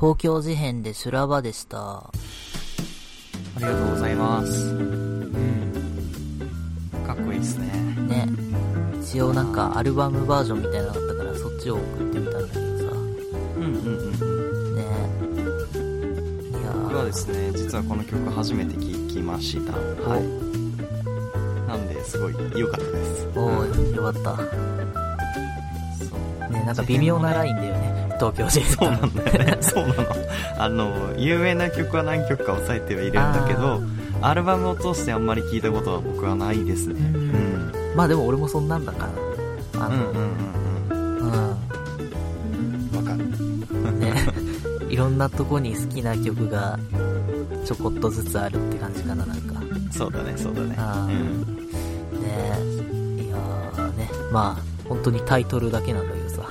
東京事変で修羅場でした。 ありがとうございます。かっこいいですね。 ね。一応なんかアルバムバージョンみたいなのだったからそっちを送ってみたんだけどさ。ね。いや僕はですね、実はこの曲初めて聴きました。はい。なんですごい良かったです。 おー、よかった。そうね、なんか微妙なラインだよね。東京事変。 そうなんだよね。そうなの。有名な曲は何曲か抑えてはいるんだけど、アルバムを通してあんまり聞いたことは僕はないですね。 まあでも俺もそんなんだから。わかる。 ね。いろんなとこに好きな曲がちょこっとずつあるって感じかな、なんか。 そうだね。 ね。いやーね。まあ、本当にタイトルだけなんだけどさ。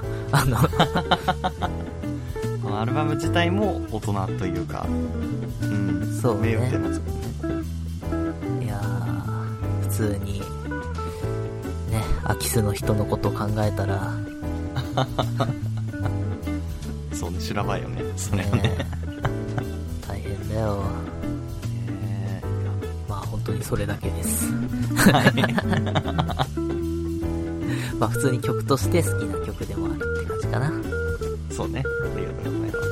このアルバム自体も大人というか、 そうね。 名誉ってますもんね。 いやー、普通に、ね、空き巣の人のことを考えたら、 そうね、修羅場よね、それはね。 大変だよ。まあ本当にそれだけです。まあ普通に曲として好きな曲でもあるって感じかな。 そうね、ありがとうございます。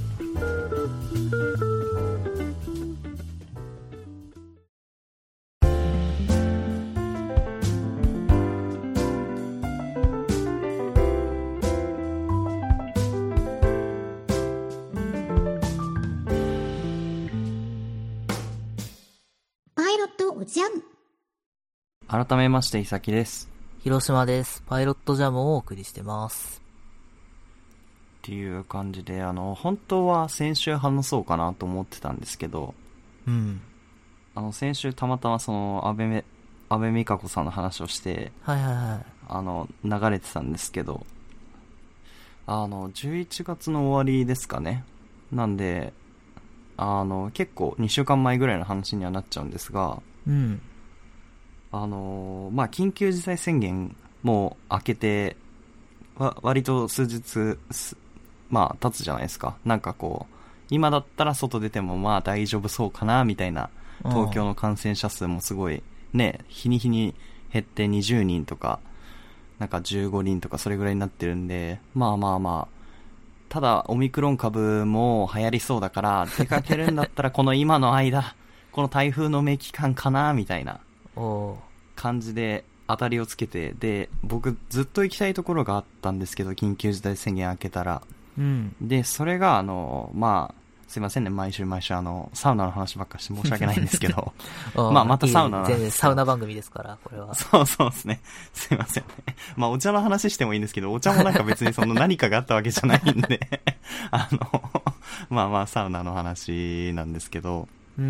パイロットジャム。 改めまして、いさきです。 広島です。パイロットジャムをお送りしてます。 っていう感じで、本当は先週話そうかなと思ってたんですけど、先週たまたまその安倍美香子さんの話をして、流れてたんですけど、11月の終わりですかね。なんで、結構2週間前ぐらいの話にはなっちゃうんですが、まあ、緊急事態宣言も明けて、割と数日、まあ、経つじゃないですか。なんかこう、今だったら外出てもまあ大丈夫そうかな、みたいな、東京の感染者数もすごい、ね、日に日に減って20人とか、なんか15人とかそれぐらいになってるんで、まあ、ただオミクロン株も流行りそうだから、出かけるんだったらこの今の間、この台風の目期間かな、みたいな感じで当たりをつけて、で、僕ずっと行きたいところがあったんですけど、緊急事態宣言明けたら。で、それがまあ、すいませんね、毎週サウナの話ばっかして申し訳ないんですけど、またサウナの話。 全然サウナ番組ですから、これは。 そうですね。すいませんね。まあ、お茶の話してもいいんですけど、お茶もなんか別にその何かがあったわけじゃないんで、まあ、サウナの話なんですけど、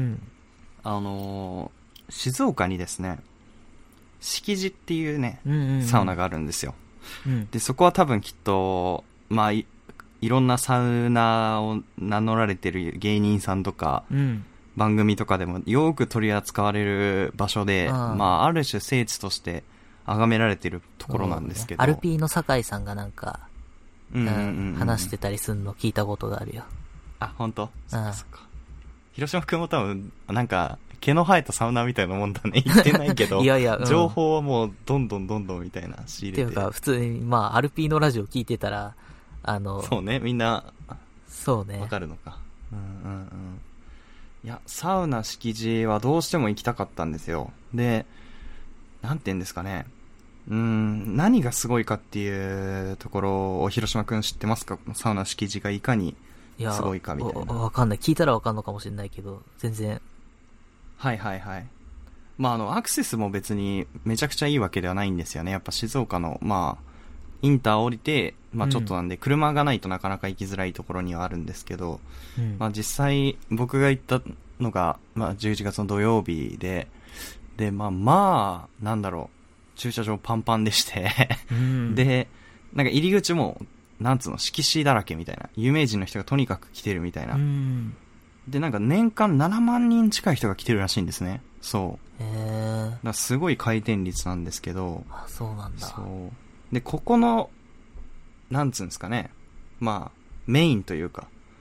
静岡にですね、敷地っていうね、サウナがあるんですよ。で、そこは多分きっと、まあ、いろんなサウナを名乗られてる芸人さんとか、番組とかでもよく取り扱われる場所で、まあ、ある種聖地として崇められてるところなんですけど。 アルピーの酒井さんがなんか、話してたりするの聞いたことがあるよ。 あ、本当？そっか。広島くんも多分、なんか、毛の生えたサウナーみたいなもんだね。言ってないけど。 いや、 情報はもう、どんどんみたいな仕入れて。 っていうか、普通に、まあ、アルピーのラジオ聞いてたら、 そうね、みんな、 そうね。 わかるのか。いや、サウナ敷地はどうしても行きたかったんですよ。で、なんて言うんですかね。何がすごいかっていうところを広島くん知ってますか？サウナ敷地がいかにすごいかみたいな。 わかんない。聞いたらわかんのかもしれないけど、全然。 はい。まあ、アクセスも別にめちゃくちゃいいわけではないんですよね。やっぱ静岡の、まあ、インター降りて、まあちょっとなんで、車がないとなかなか行きづらいところにはあるんですけど、まあ実際僕が行ったのが、まあ11月の土曜日で、まあ、なんだろう、駐車場パンパンでしてで、なんか入り口も、なんつうの、色紙だらけみたいな。有名人の人がとにかく来てるみたいな。で、なんか年間7万人近い人が来てるらしいんですね。そう。だからすごい回転率なんですけど。 あ、そうなんだ。 そう。で、ここの、なんつうんですかね。まあ、メインというか、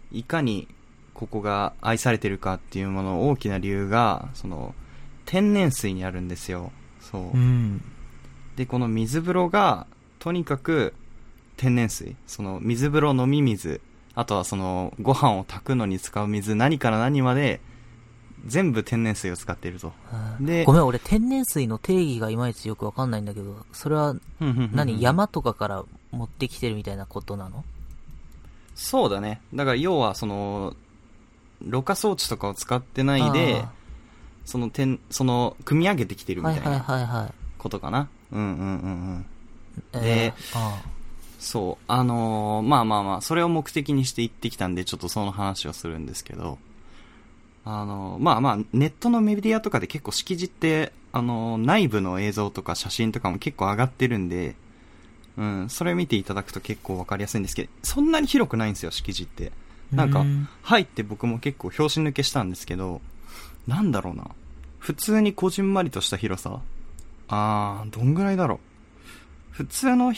いかにここが愛されてるかっていうもの大きな理由が、その、天然水にあるんですよ。そう。うん、で、この水風呂が、とにかく天然水。その、水風呂飲み水。あとはその、ご飯を炊くのに使う水、何から何まで、全部天然水を使っていると。 で、ごめん、俺天然水の定義がいまいちよくわかんないんだけど、それは何、山とかから持ってきてるみたいなことなの？ そうだね。だから要はその、ろ過装置とかを使ってないで、その組み上げてきてるみたいなことかな。うんうんうんうん。で、そう、まあまあまあ、それを目的にして行ってきたんで、ちょっとその話をするんですけど、まあまあ、ネットのメディアとかで結構敷地って、内部の映像とか写真とかも結構上がってるんで、うん、それ見ていただくと結構わかりやすいんですけど、そんなに広くないんですよ、敷地って。なんか、入って僕も結構拍子抜けしたんですけど、なんだろうな。普通にこじんまりとした広さ？どんぐらいだろう。普通の、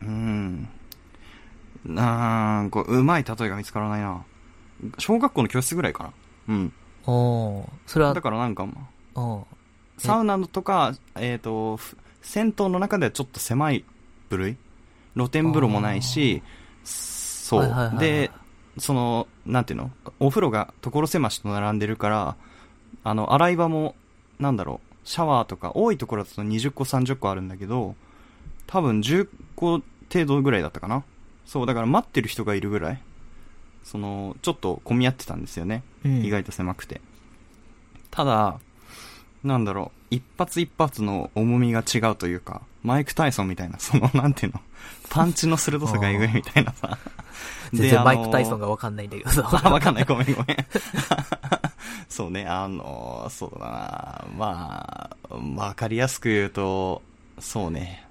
うまい例えが見つからないな。小学校の教室ぐらいかな。うん。 それは。 だからなんか、サウナとか、銭湯の中ではちょっと狭い部類。露天風呂もないし、そう。で、その、なんていうの？お風呂が所狭しと並んでるから、洗い場も、なんだろう、シャワーとか、多いところだと20個30個あるんだけど、多分10個程度ぐらいだったかな。そう、だから待ってる人がいるぐらい、その、ちょっと混み合ってたんですよね。意外と狭くて。ただ、なんだろう、一発一発の重みが違うというか、マイク・タイソンみたいな、その、なんていうの、パンチの鋭さがえぐいみたいなさ。 全然マイク・タイソンがわかんないんだけどさ。 わかんない、ごめんごめん。そうね、そうだな、まあ、わかりやすく言うと、そうね、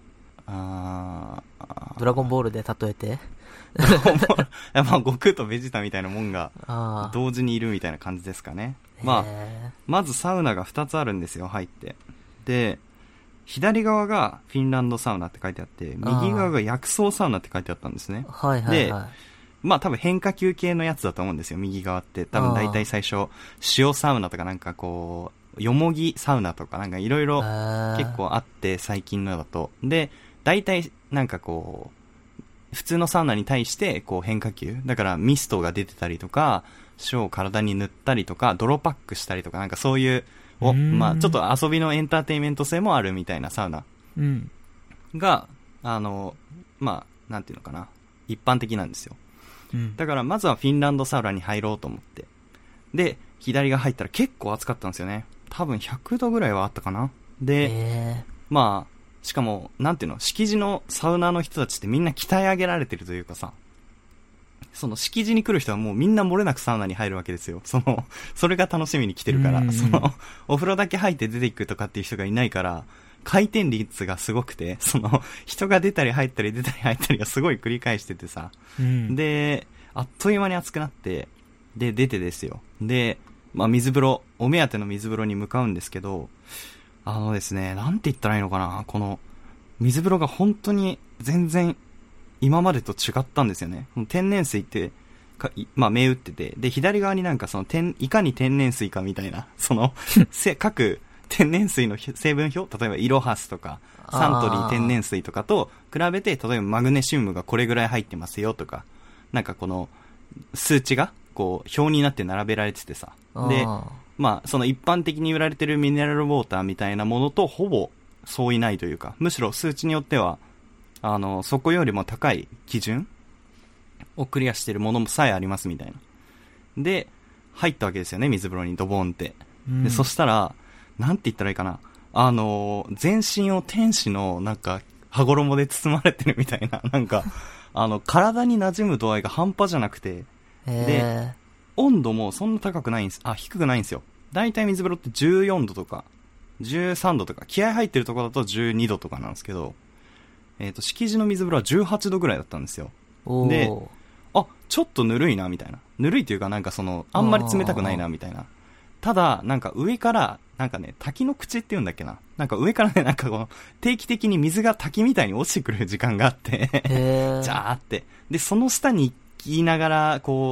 ドラゴンボールで例えてまあ、悟空とベジータみたいなもんが同時にいるみたいな感じですかね。まあ、まずサウナが2つあるんですよ、入って。で、左側がフィンランドサウナって書いてあって、右側が薬草サウナって書いてあったんですね。 はいはいはい。 で、まあ多分変化球系のやつだと思うんですよ、右側って。多分大体最初、塩サウナとかなんかこう、よもぎサウナとかなんかいろいろ結構あって、最近のだと。で、大体なんかこう、普通のサウナに対してこう変化球。だからミストが出てたりとか、塩を体に塗ったりとか、泥パックしたりとかなんかそういう、まあちょっと遊びのエンターテインメント性もあるみたいなサウナ。が、まあなんていうのかな。一般的なんですよ。だからまずはフィンランドサウナに入ろうと思って。で、左が入ったら結構暑かったんですよね。多分100度ぐらいはあったかな。で、まあ、しかも、なんていうの、敷地のサウナーの人たちってみんな鍛え上げられてるというかさ、その敷地に来る人はもうみんな漏れなくサウナに入るわけですよ。それが楽しみに来てるから、お風呂だけ入って出ていくとかっていう人がいないから、回転率がすごくて、人が出たり入ったり出たり入ったりがすごい繰り返しててさ、で、あっという間に暑くなって、で、出てですよ。で、まあ水風呂、お目当ての水風呂に向かうんですけど、ですね、なんて言ったらいいのかな、この、水風呂が本当に全然今までと違ったんですよね。天然水ってまあ銘打ってて、で左側になんかいかに天然水かみたいな各天然水の成分表、例えばイロハスとかサントリー天然水とかと比べて、例えばマグネシウムがこれぐらい入ってますよとか、なんかこの数値がこう表になって並べられててさ、でまあその一般的に売られてるミネラルウォーターみたいなものとほぼ相違ないというか、むしろ数値によってはそこよりも高い基準をクリアしているものもさえありますみたいな。で、入ったわけですよね、水風呂にドボンって。で、そしたら、なんて言ったらいいかな。全身を天使のなんか、羽衣で包まれてるみたいな、なんか、体に馴染む度合いが半端じゃなくて、で、温度もそんな高くないんです。低くないんですよ。だいたい水風呂って14度とか、13度とか、気合入ってるところだと12度とかなんですけど、敷地の水風呂は18度ぐらいだったんですよ。で、ちょっとぬるいなみたいな。ぬるいというかなんかあんまり冷たくないなみたいな。ただ、なんか上から、なんかね、滝の口って言うんだっけな。なんか上からね、なんか定期的に水が滝みたいに落ちてくる時間があって、じゃーって。で、その下に行きながら、こう、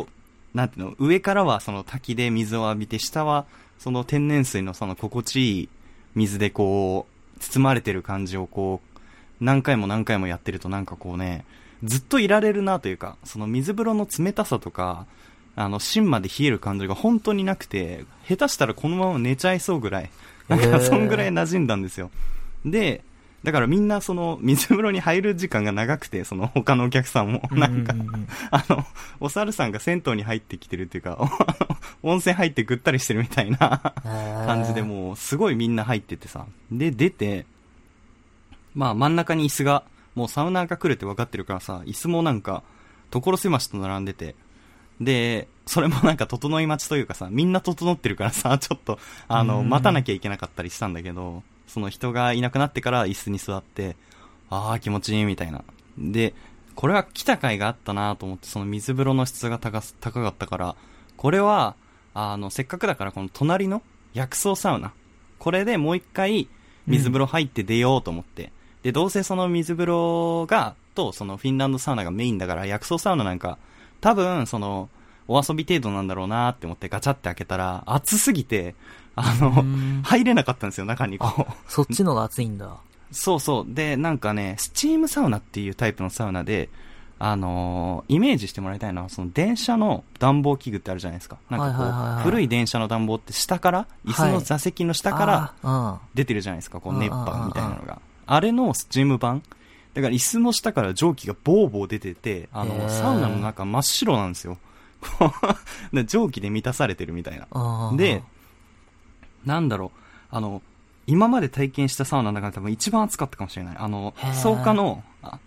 なんていうの、上からはその滝で水を浴びて、下はその天然水のその心地いい水でこう、包まれてる感じをこう、何回も何回もやってるとなんかこうね、ずっといられるなというか、その水風呂の冷たさとか、芯まで冷える感じが本当になくて、下手したらこのまま寝ちゃいそうぐらい、なんかそんぐらい馴染んだんですよ。で、だからみんなその水風呂に入る時間が長くて、その他のお客さんも、なんか、お猿さんが銭湯に入ってきてるっていうか、温泉入ってぐったりしてるみたいな感じで、もうすごいみんな入っててさ。で、出て、まあ真ん中に椅子が、もうサウナーが来るって分かってるからさ、椅子もなんか、所狭しと並んでて、で、それもなんか整い待ちというかさ、みんな整ってるからさ、ちょっと、待たなきゃいけなかったりしたんだけど、その人がいなくなってから椅子に座って、あー気持ちいいみたいな。で、これは来た甲斐があったなと思って、その水風呂の質が高かったから、これは、せっかくだからこの隣の薬草サウナ、これでもう一回水風呂入って出ようと思って、で、どうせその水風呂とそのフィンランドサウナがメインだから、薬草サウナなんか、多分、その、お遊び程度なんだろうなって思ってガチャって開けたら、暑すぎて、入れなかったんですよ、中にこう。 そっちのが暑いんだ。 そうそう。で、なんかね、スチームサウナっていうタイプのサウナで、イメージしてもらいたいのは、その電車の暖房器具ってあるじゃないですか。なんかこう、古い電車の暖房って下から、椅子の座席の下から出てるじゃないですか、こう熱波みたいなのが。あれのスチーム版。だから椅子の下から蒸気がボーボー出てて、サウナの中真っ白なんですよ。で蒸気で満たされてるみたいな。で、なんだろう、今まで体験したサウナの中で多分一番暑かったかもしれない。草加の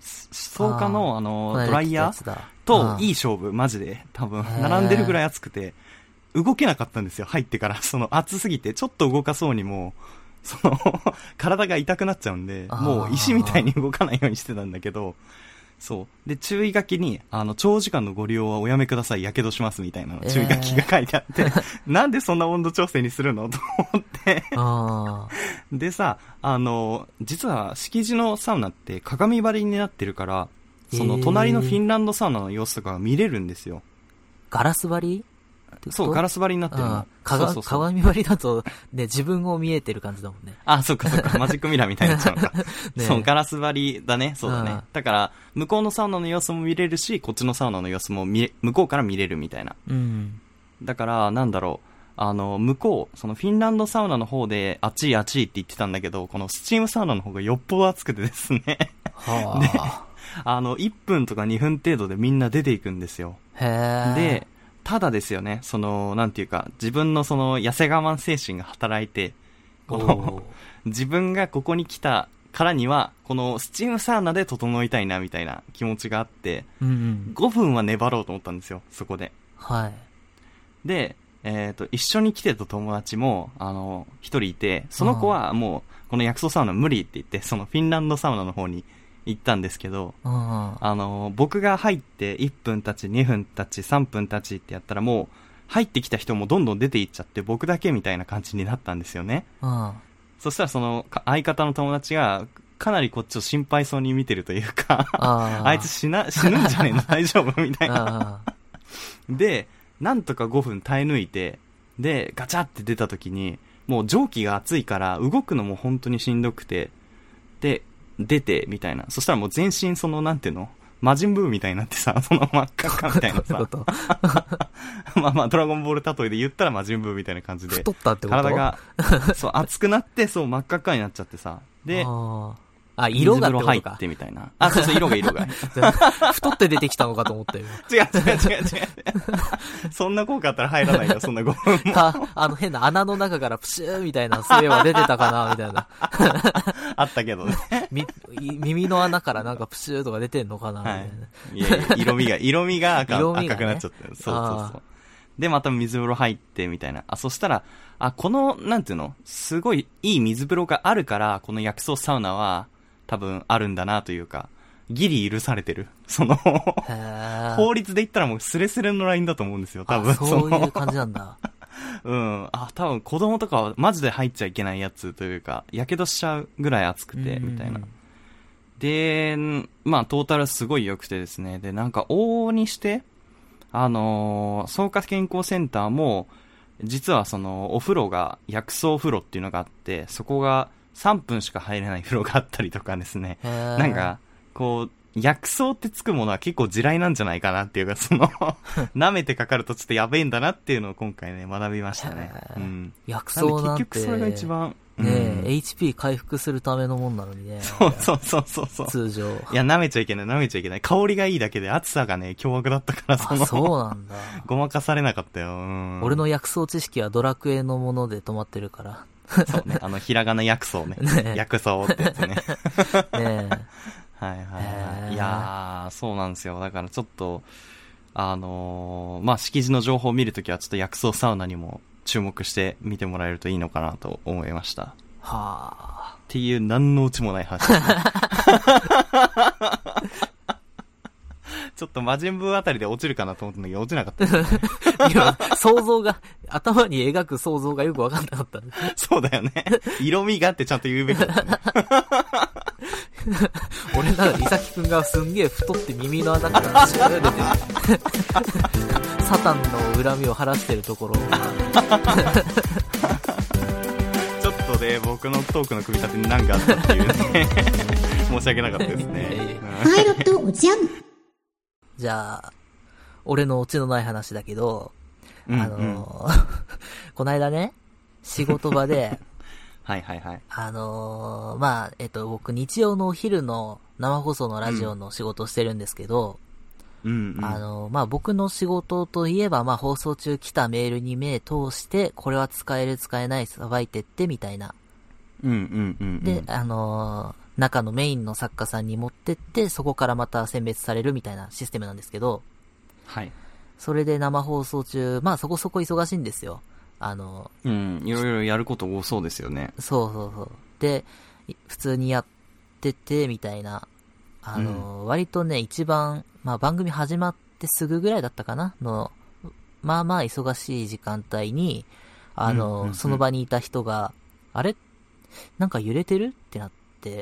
ドライヤーといい勝負、マジで。多分、並んでるぐらい暑くて、動けなかったんですよ、入ってから。その暑すぎて、ちょっと動かそうにも、体が痛くなっちゃうんで、もう石みたいに動かないようにしてたんだけど、そう。で、注意書きに、長時間のご利用はおやめください、やけどしますみたいな注意書きが書いてあって、なんでそんな温度調整にするのと思って。でさ、実は敷地のサウナって鏡張りになってるから、その隣のフィンランドサウナの様子とかが見れるんですよ。 ガラス張り？ そう、ガラス張りになってるの。 鏡張りだと、ね、自分を見えてる感じだもんね。 あ、そっかそっか、マジックミラーみたいになっちゃうのか。ね、そう、ガラス張りだね、そうだね。だから、向こうのサウナの様子も見れるし、こっちのサウナの様子も向こうから見れるみたいな。だから、なんだろう、向こう、そのフィンランドサウナの方で、暑い暑いって言ってたんだけど、このスチームサウナの方がよっぽど暑くてですね。で、1分とか2分程度でみんな出ていくんですよ。で、ただですよね、なんていうか、自分の痩せ我慢精神が働いて、自分がここに来たからには、このスチームサウナで整いたいな、みたいな気持ちがあって、5分は粘ろうと思ったんですよ、そこで。 はい。 で、一緒に来てた友達も、一人いて、その子はもう、この薬草サウナ無理って言って、そのフィンランドサウナの方に、行ったんですけど、僕が入って1分経ち、2分経ち、3分経ちってやったらもう、入ってきた人もどんどん出ていっちゃって、僕だけみたいな感じになったんですよね。そしたら相方の友達が、かなりこっちを心配そうに見てるというか、あいつ死ぬんじゃねえの大丈夫みたいな。で、なんとか5分耐え抜いて、で、ガチャって出た時に、もう蒸気が熱いから動くのも本当にしんどくて、で、出て、みたいな。そしたらもう全身なんていうの魔人ブーみたいになってさ、真っ赤っかみたいなさ。まあ、ドラゴンボール例えで言ったら魔人ブーみたいな感じで。 太ったってこと？ 体が、そう、熱くなって、そう、真っ赤っかになっちゃってさ。で、 色がってことか。 水風呂入ってみたいな。あ、そうそう、色が。 太って出てきたのかと思ったよ。 違う。そんな効果あったら入らないよ、そんな5分も。 変な穴の中からプシューみたいな末は出てたかな、みたいな。 あったけどね。 耳の穴からなんかプシューとか出てんのかな、みたいな。 いや、色味が赤くなっちゃったよ。そう。で、また水風呂入ってみたいな。そしたら、この、なんていうの、すごいいい水風呂があるから、この薬草サウナは、多分あるんだなというか、ギリ許されてる。法律で言ったらもうスレスレのラインだと思うんですよ、多分。 そういう感じなんだ。 多分子供とかはマジで入っちゃいけないやつというか、やけどしちゃうぐらい熱くて、みたいな。で、まあトータルすごい良くてですね。で、なんか往々にして、 草加健康センターも、実はお風呂が薬草風呂っていうのがあって、そこが3分しか入れない風呂があったりとかですね。なんか、薬草ってつくものは結構地雷なんじゃないかなっていうか、舐めてかかるとちょっとやべえんだなっていうのを今回ね、学びましたね。うん。 薬草なんて。 結局それが一番。 ねえ、HP 回復するためのもんなのにね。 そう。 通常。 いや、舐めちゃいけない。香りがいいだけで暑さがね、凶悪だったから、 そうなんだ。 ごまかされなかったよ。 俺の薬草知識はドラクエのもので止まってるから。 そうね、ひらがな薬草ね。薬草ってやつね。ねえ。はい。いやー、そうなんですよ。だからちょっと、敷地の情報を見るときはちょっと薬草サウナにも注目して見てもらえるといいのかなと思いました。 はー。 っていう何のうちもない話ですね。ちょっと魔人ブーあたりで落ちるかなと思ったんだけど、落ちなかった、ね。 今、頭に描く想像がよくわかんなかった、ね。 そうだよね。色味があってちゃんと言うべきだったね。 俺なんか、イサキくんがすんげえ太って耳の穴からシュー出てる。サタンの恨みを晴らしてるところ。 ちょっとね、僕のトークの組み立てに何かあったっていうね。申し訳なかったですね。 パイロットおじゃん。 じゃあ、俺のオチのない話だけど、この間ね、仕事場で、 はい。 僕日曜のお昼の生放送のラジオの仕事をしてるんですけど、僕の仕事といえば、放送中来たメールに目通して、これは使える使えないさばいてってみたいな。で、中のメインの作家さんに持ってって、そこからまた選別されるみたいなシステムなんですけど、 はい。 それで生放送中、そこそこ忙しいんですよ。 いろいろやること多そうですよね。 そう。で、普通にやってて、みたいな。割とね、一番、番組始まってすぐぐらいだったかなの、忙しい時間帯に、その場にいた人が、あれなんか揺れてるってなって、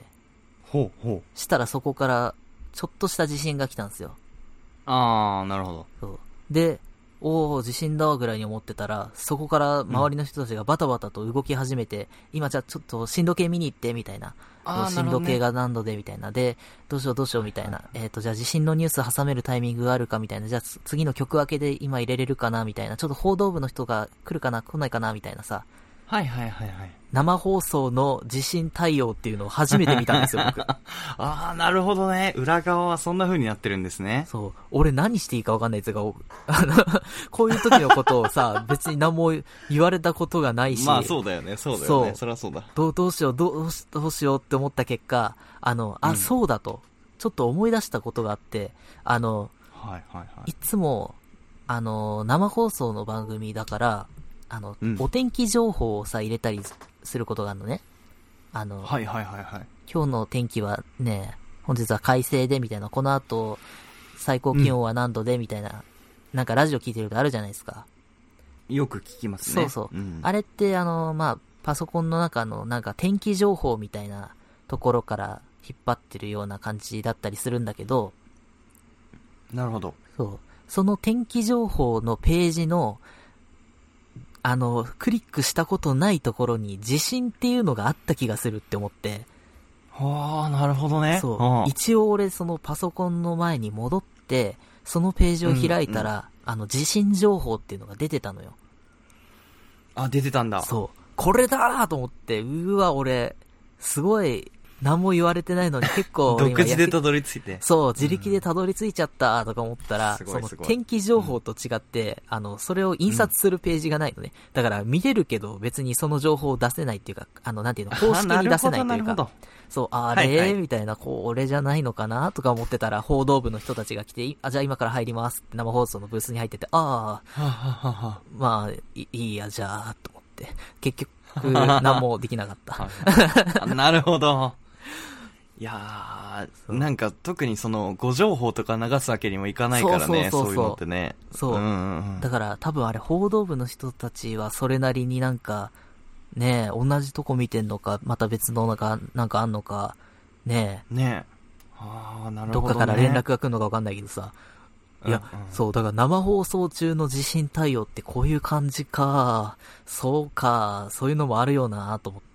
したらそこから、ちょっとした地震が来たんですよ。 あー、なるほど。 そう。で、地震だぐらいに思ってたら、そこから周りの人たちがバタバタと動き始めて、今じゃあちょっと震度計見に行ってみたいな。震度計が何度でみたいな。で、どうしようみたいな。じゃあ地震のニュース挟めるタイミングがあるかみたいな。じゃあ次の曲明けで今入れれるかなみたいな。ちょっと報道部の人が来るかな来ないかなみたいなさ。 はい。 生放送の地震対応っていうのを初めて見たんですよ、僕。 なるほどね。裏側はそんな風になってるんですね。 そう。俺何していいか分かんないやつが、こういう時のことをさ、別に何も言われたことがないし。 そうだよね。そりゃそうだ。 どうしようって思った結果、そうだと、ちょっと思い出したことがあって、いつも、生放送の番組だから、お天気情報をさ、入れたりすることがあるのね。 はい。 今日の天気はね、本日は快晴でみたいな、この後、最高気温は何度でみたいな、なんかラジオ聞いてるとあるじゃないですか。 よく聞きますね。 そう。あれって、パソコンの中のなんか天気情報みたいなところから引っ張ってるような感じだったりするんだけど、 なるほど。 そう。その天気情報のページの、クリックしたことないところに地震っていうのがあった気がするって思って。 なるほどね。 そう。一応俺そのパソコンの前に戻って、そのページを開いたら、地震情報っていうのが出てたのよ。 出てたんだ。 そう。これだーと思って、俺、すごい、何も言われてないのに結構独自でたどり着いて。 そう、自力でたどり着いちゃったとか思ったら、その天気情報と違って、それを印刷するページがないのね。だから見れるけど別にその情報を出せないっていうか、なんていうの、公式に出せないというか。そう、みたいな、これじゃないのかなとか思ってたら、報道部の人たちが来て、じゃあ今から入りますって生放送のブースに入ってて、いいや、じゃあ、と思って。結局、何もできなかった。 なるほど。いやー、なんか特にその誤情報とか流すわけにもいかないからね、そういうのってね。 そう。だから多分あれ報道部の人たちはそれなりになんか、ねえ、同じとこ見てんのか、また別のなんかあんのか、ねえ。 ねえ。なるほど、ね。 どっかから連絡が来るのかわかんないけどさ。 いや、そう、だから生放送中の地震対応ってこういう感じか、そうか、そういうのもあるよなと思って。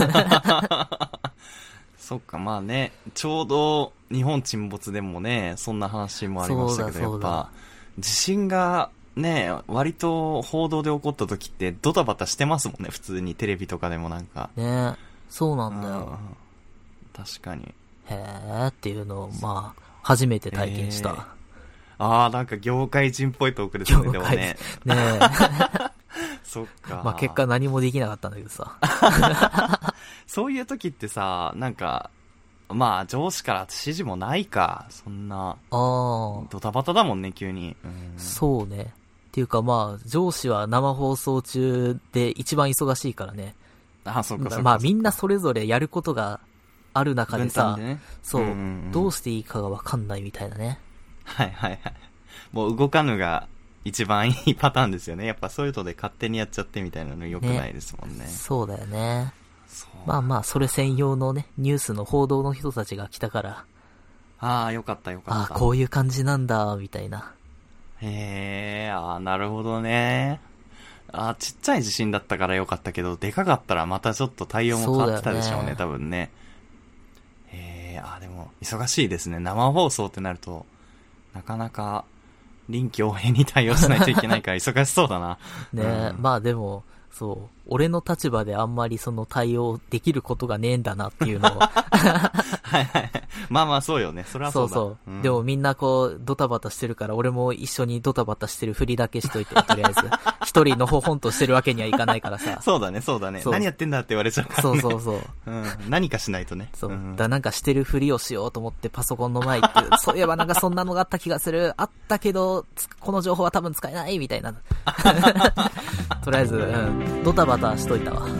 そっか、まあね、ちょうど日本沈没でもね、そんな話もありましたけど、やっぱ、地震がね、割と報道で起こった時ってドタバタしてますもんね、普通にテレビとかでもなんか。 ね、そうなんだよ。 確かに。 へーっていうのを、まあ、初めて体験した。 ああ、なんか業界人っぽいトークですね、でもね。ねえ。そっか。 まあ結果何もできなかったんだけどさ。 そういう時ってさ、なんか、まあ上司から指示もないか、そんな。ドタバタだもんね、急に。 そうね。っていうかまあ、上司は生放送中で一番忙しいからね。 あ、そっかそっか。 まあみんなそれぞれやることがある中でさ、 ね、 そう、どうしていいかがわかんないみたいなね。 はいはいはい。もう動かぬが一番いいパターンですよね。やっぱそういうので勝手にやっちゃってみたいなの良くないですもんね。 そうだよね。まあまあ、それ専用のね、ニュースの報道の人たちが来たから。 ああ、よかったよかった。 ああ、こういう感じなんだ、みたいな。 へえ、ああ、なるほどね。ああ、ちっちゃい地震だったからよかったけど、でかかったらまたちょっと対応も変わってたでしょうね、多分ね。へえ、ああ、でも、忙しいですね。生放送ってなると、なかなか、臨機応変に対応しないといけないから忙しそうだな。 ねえ、まあでも、そう、俺の立場であんまりその対応できることがねえんだなっていうのを。 はいはい。まあまあそうよね。それはそうだ。 そうそう。でもみんなこう、ドタバタしてるから、俺も一緒にドタバタしてるふりだけしといて、とりあえず。一人のほほんとしてるわけにはいかないからさ。 そうだね、そうだね。何やってんだって言われちゃうからね。 そう。 何かしないとね。 そう。だなんかしてるふりをしようと思ってパソコンの前行って、そういえばなんかそんなのがあった気がする。あったけど、この情報は多分使えないみたいな。とりあえず、ドタバタしといたわ。お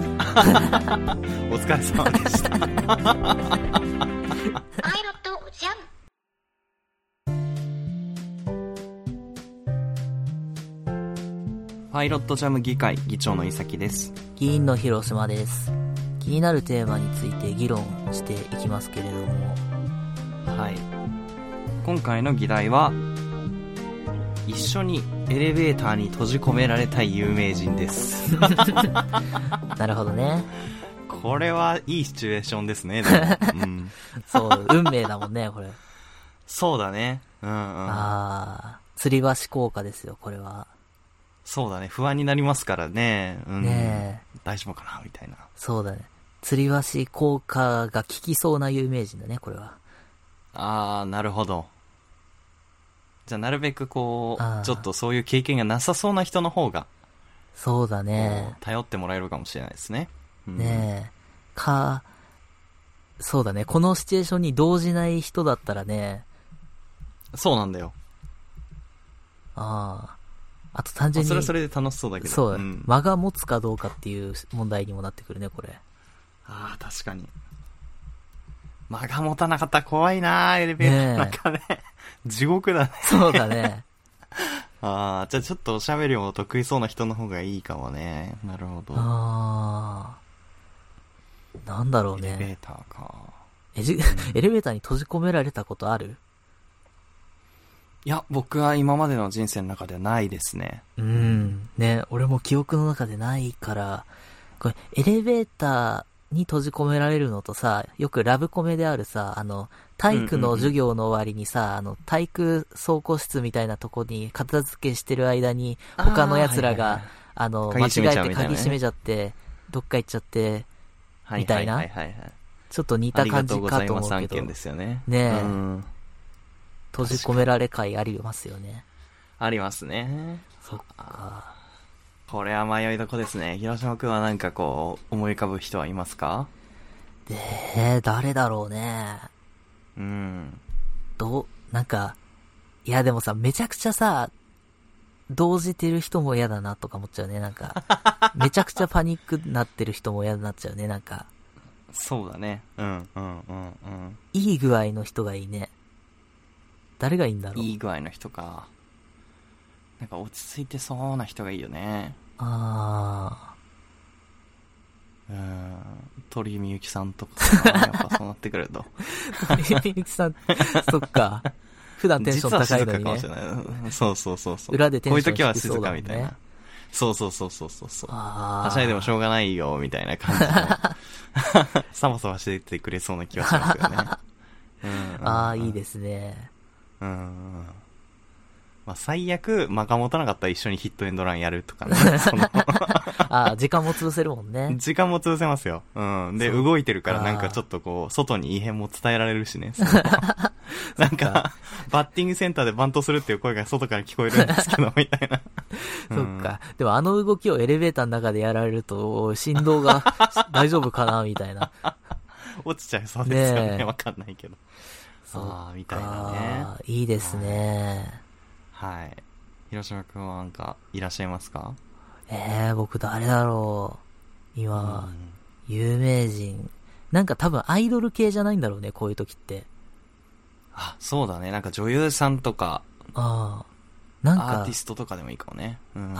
疲れ様でした。 パイロットジャム。 パイロットジャム議会議長の伊崎です。 議員の広島です。気になるテーマについて議論していきますけれども、 はい。今回の議題は、一緒にエレベーターに閉じ込められたい有名人です。 なるほどね。 これはいいシチュエーションですね、でも。 そう、運命だもんね、これ。 そうだね。 ああ、吊り橋効果ですよ、これは。 そうだね、不安になりますからね。 ねえ。 大丈夫かなみたいな。 そうだね。吊り橋効果が効きそうな有名人だね、これは。 ああ、なるほど。じゃあなるべくこう、ちょっとそういう経験がなさそうな人の方が。 そうだね。 頼ってもらえるかもしれないですね。 ねえ。そうだね。このシチュエーションに動じない人だったらね。 そうなんだよ。 あと単純に。 それはそれで楽しそうだけど。 そう、間が持つかどうかっていう問題にもなってくるね、これ。 ああ、確かに。間が持たなかったら怖いなエレベーターなんかね。地獄だね。 そうだね。 ああ、じゃあちょっとおしゃべりも得意そうな人の方がいいかもね。なるほど。 なんだろうね。 エレベーターか。 エレベーターに閉じ込められたことある？ いや、僕は今までの人生の中ではないですね。 ね、俺も記憶の中でないから、これ、エレベーターに閉じ込められるのとさ、よくラブコメであるさ、体育の授業の終わりにさ、体育倉庫室みたいなとこに片付けしてる間に、他の奴らが、間違えて鍵閉めちゃって、どっか行っちゃって、みたいな。ちょっと似た感じかと思うけど。 ですよね。 ねえ。閉じ込められ会ありますよね。 ありますね。 そっか。 これは迷いどこですね。広島くんはなんかこう、思い浮かぶ人はいますか？ 誰だろうね。なんか、いやでもさ、めちゃくちゃさ、動じてる人も嫌だなとか思っちゃうね、なんか。めちゃくちゃパニックになってる人も嫌になっちゃうね、なんか。 そうだね。 いい具合の人がいいね。誰がいいんだろう。 いい具合の人か。なんか落ち着いてそうな人がいいよね。鳥居みゆきさんとかやっぱそうなってくると。 鳥居みゆきさん、そっか。 普段テンション高いのにね。 実は静かかもしれない。そうそうそうそう。 裏でテンション低そうだもんね。 こういう時は静かみたいな。そうそうそうそうそう。 はしゃいでもしょうがないよ、みたいな感じの。サバサバしててくれそうな気がしますよね。 ああ、いいですね。 まあ、最悪、間が持たなかったら一緒にヒットエンドランやるとかね。 ああ、時間も潰せるもんね。 時間も潰せますよ。で、動いてるからなんかちょっとこう、外に異変も伝えられるしね。なんか、バッティングセンターでバントするっていう声が外から聞こえるんですけど、みたいな。 そっか。でもあの動きをエレベーターの中でやられると、振動が大丈夫かなみたいな。 落ちちゃいそうですよね。わかんないけど。みたいなね。 いいですね。 はい。広島くんはなんか、いらっしゃいますか？ 僕誰だろう。今、有名人。なんか多分アイドル系じゃないんだろうね、こういう時って。 あ、そうだね。なんか女優さんとか、 なんか、 アーティストとかでもいいかもね。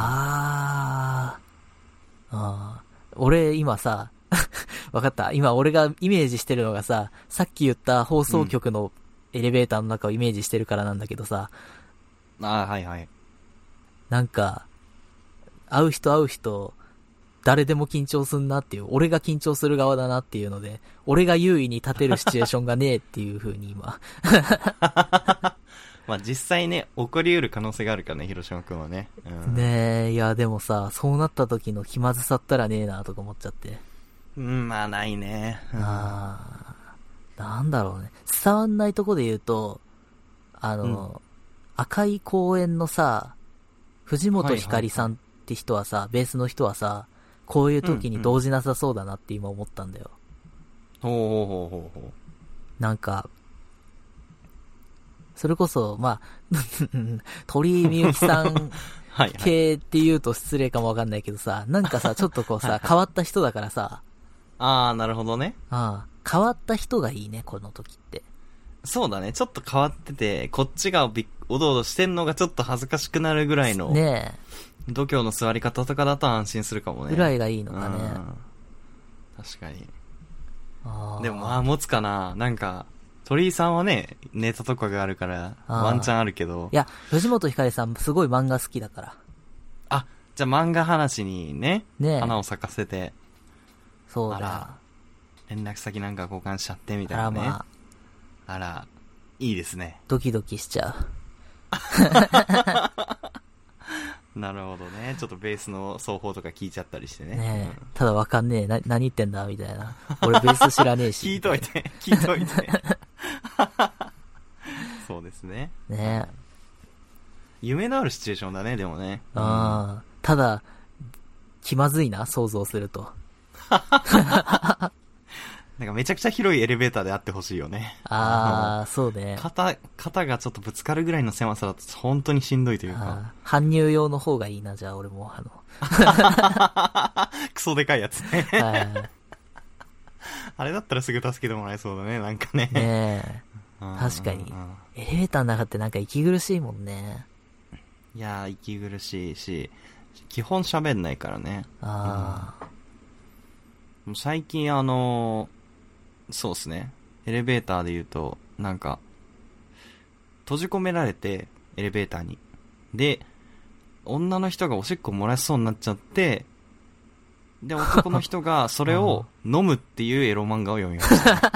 俺今さ、わかった。今俺がイメージしてるのがさ、さっき言った放送局のエレベーターの中をイメージしてるからなんだけどさ、 はいはい。 なんか、会う人、誰でも緊張すんなっていう、俺が緊張する側だなっていうので、俺が優位に立てるシチュエーションがねえっていう風に今。 まあ実際ね、起こり得る可能性があるからね、広島くんはね。 ねえ、いやでもさ、そうなった時の気まずさったらねえなとか思っちゃって。 まあないね。 なんだろうね。伝わんないとこで言うと、赤い公園のさ、藤本ひかりさんって人はさ、ベースの人はさ、こういう時に動じなさそうだなって今思ったんだよ。 ほう。 なんか、それこそ、まあ、鳥居みゆきさん系って言うと失礼かもわかんないけどさ、なんかさ、ちょっとこうさ、変わった人だからさ。 なるほどね。 変わった人がいいね、この時って。 そうだね。ちょっと変わってて、こっちがおどおどしてんのがちょっと恥ずかしくなるぐらいの。 ねえ。度胸の座り方とかだと安心するかもね。 ぐらいがいいのかね。 確かに。でも持つかな。なんか、鳥居さんはね、ネタとかがあるから、ワンチャンあるけど。 いや、藤本ひかりさんすごい漫画好きだから。 じゃあ漫画話にね、花を咲かせて。 そうだ。 連絡先なんか交換しちゃってみたいなね。あら、いいですね。 ドキドキしちゃう。なるほどね。ちょっとベースの奏法とか聞いちゃったりしてね。 ねえ、ただわかんねえ。何言ってんだみたいな。俺ベース知らねえし。 聞いといて。そうですね。 ねえ。 夢のあるシチュエーションだね、でもね。 ただ、気まずいな、想像すると。 なんかめちゃくちゃ広いエレベーターであってほしいよね。 そうね。 肩がちょっとぶつかるぐらいの狭さだと本当にしんどいというか。 搬入用の方がいいな、じゃあ俺もクソでかいやつね。あれだったらすぐ助けてもらえそうだね、なんかね。 ねえ。確かに。エレベーターの中ってなんか息苦しいもんね。 いやー、息苦しいし、基本喋んないからね。最近そうっすね。エレベーターで言うと、なんか、閉じ込められて、エレベーターに。で、女の人がおしっこ漏らしそうになっちゃって、で、男の人がそれを飲むっていうエロ漫画を読みました、ね。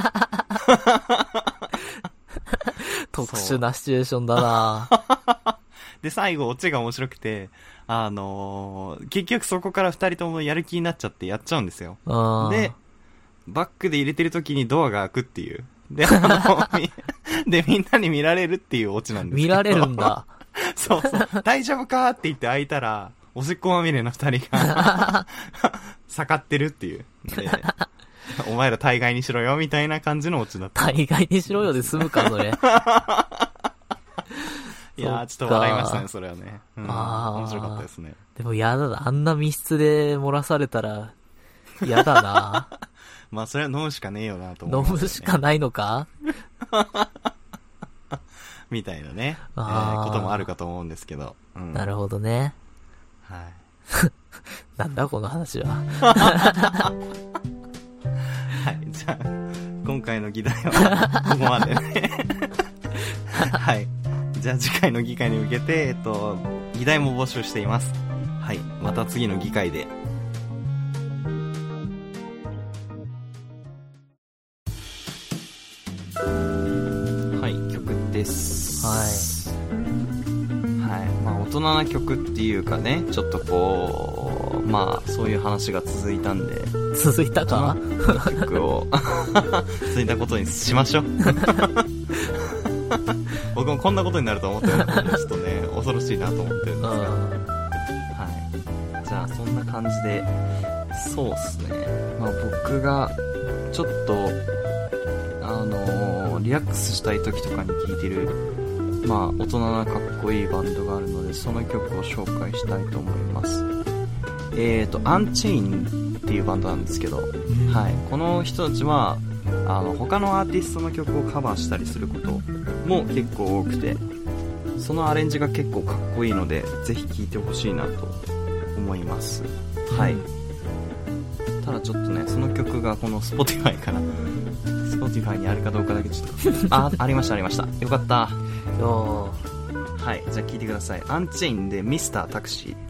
特殊なシチュエーションだなで、最後、オチが面白くて、結局そこから二人ともやる気になっちゃってやっちゃうんですよ。で、バックで入れてる時にドアが開くっていう。で、で、みんなに見られるっていうオチなんですけど。 見られるんだ。 そう。大丈夫かって言って開いたら、おしっこまみれの二人が、盛ってるっていう。で、お前ら大概にしろよ、みたいな感じのオチだった。 大概にしろよで済むか、それ。 いやー、ちょっと笑いましたね、それはね。面白かったですね。 でも嫌だな。あんな密室で漏らされたら、嫌だな。 まあ、それは飲むしかねえよなと思う、ね。 飲むしかないのかみたいなね、こともあるかと思うんですけど。 なるほどね。 はい。 なんだこの話は。 はい、じゃあ、今回の議題は、ここまでね。はい。 じゃあ次回の議会に向けて、議題も募集しています。はい。また次の議会で。はい、曲です。 はい。 はい。まあ、大人な曲っていうかね、ちょっとこう、まあ、そういう話が続いたんで。 続いたか？ 曲を、続いたことにしましょう。僕もこんなことになるとは思ってなかったので、ちょっとね、恐ろしいなと思ってるんですが。はい。じゃあ、そんな感じで、そうっすね。まあ、僕が、ちょっと、リラックスしたい時とかに聴いてる、まあ、大人なかっこいいバンドがあるので、その曲を紹介したいと思います。アンチェインっていうバンドなんですけど、はい。この人たちは、他のアーティストの曲をカバーしたりすることも結構多くて、そのアレンジが結構かっこいいので、ぜひ聴いてほしいなと思います。はい。ただちょっとね、その曲がこの Spotify かな。Spotify にあるかどうかだけちょっと。ありました。よかった。はい。じゃあ聴いてください。アンチェインでミスタータクシー。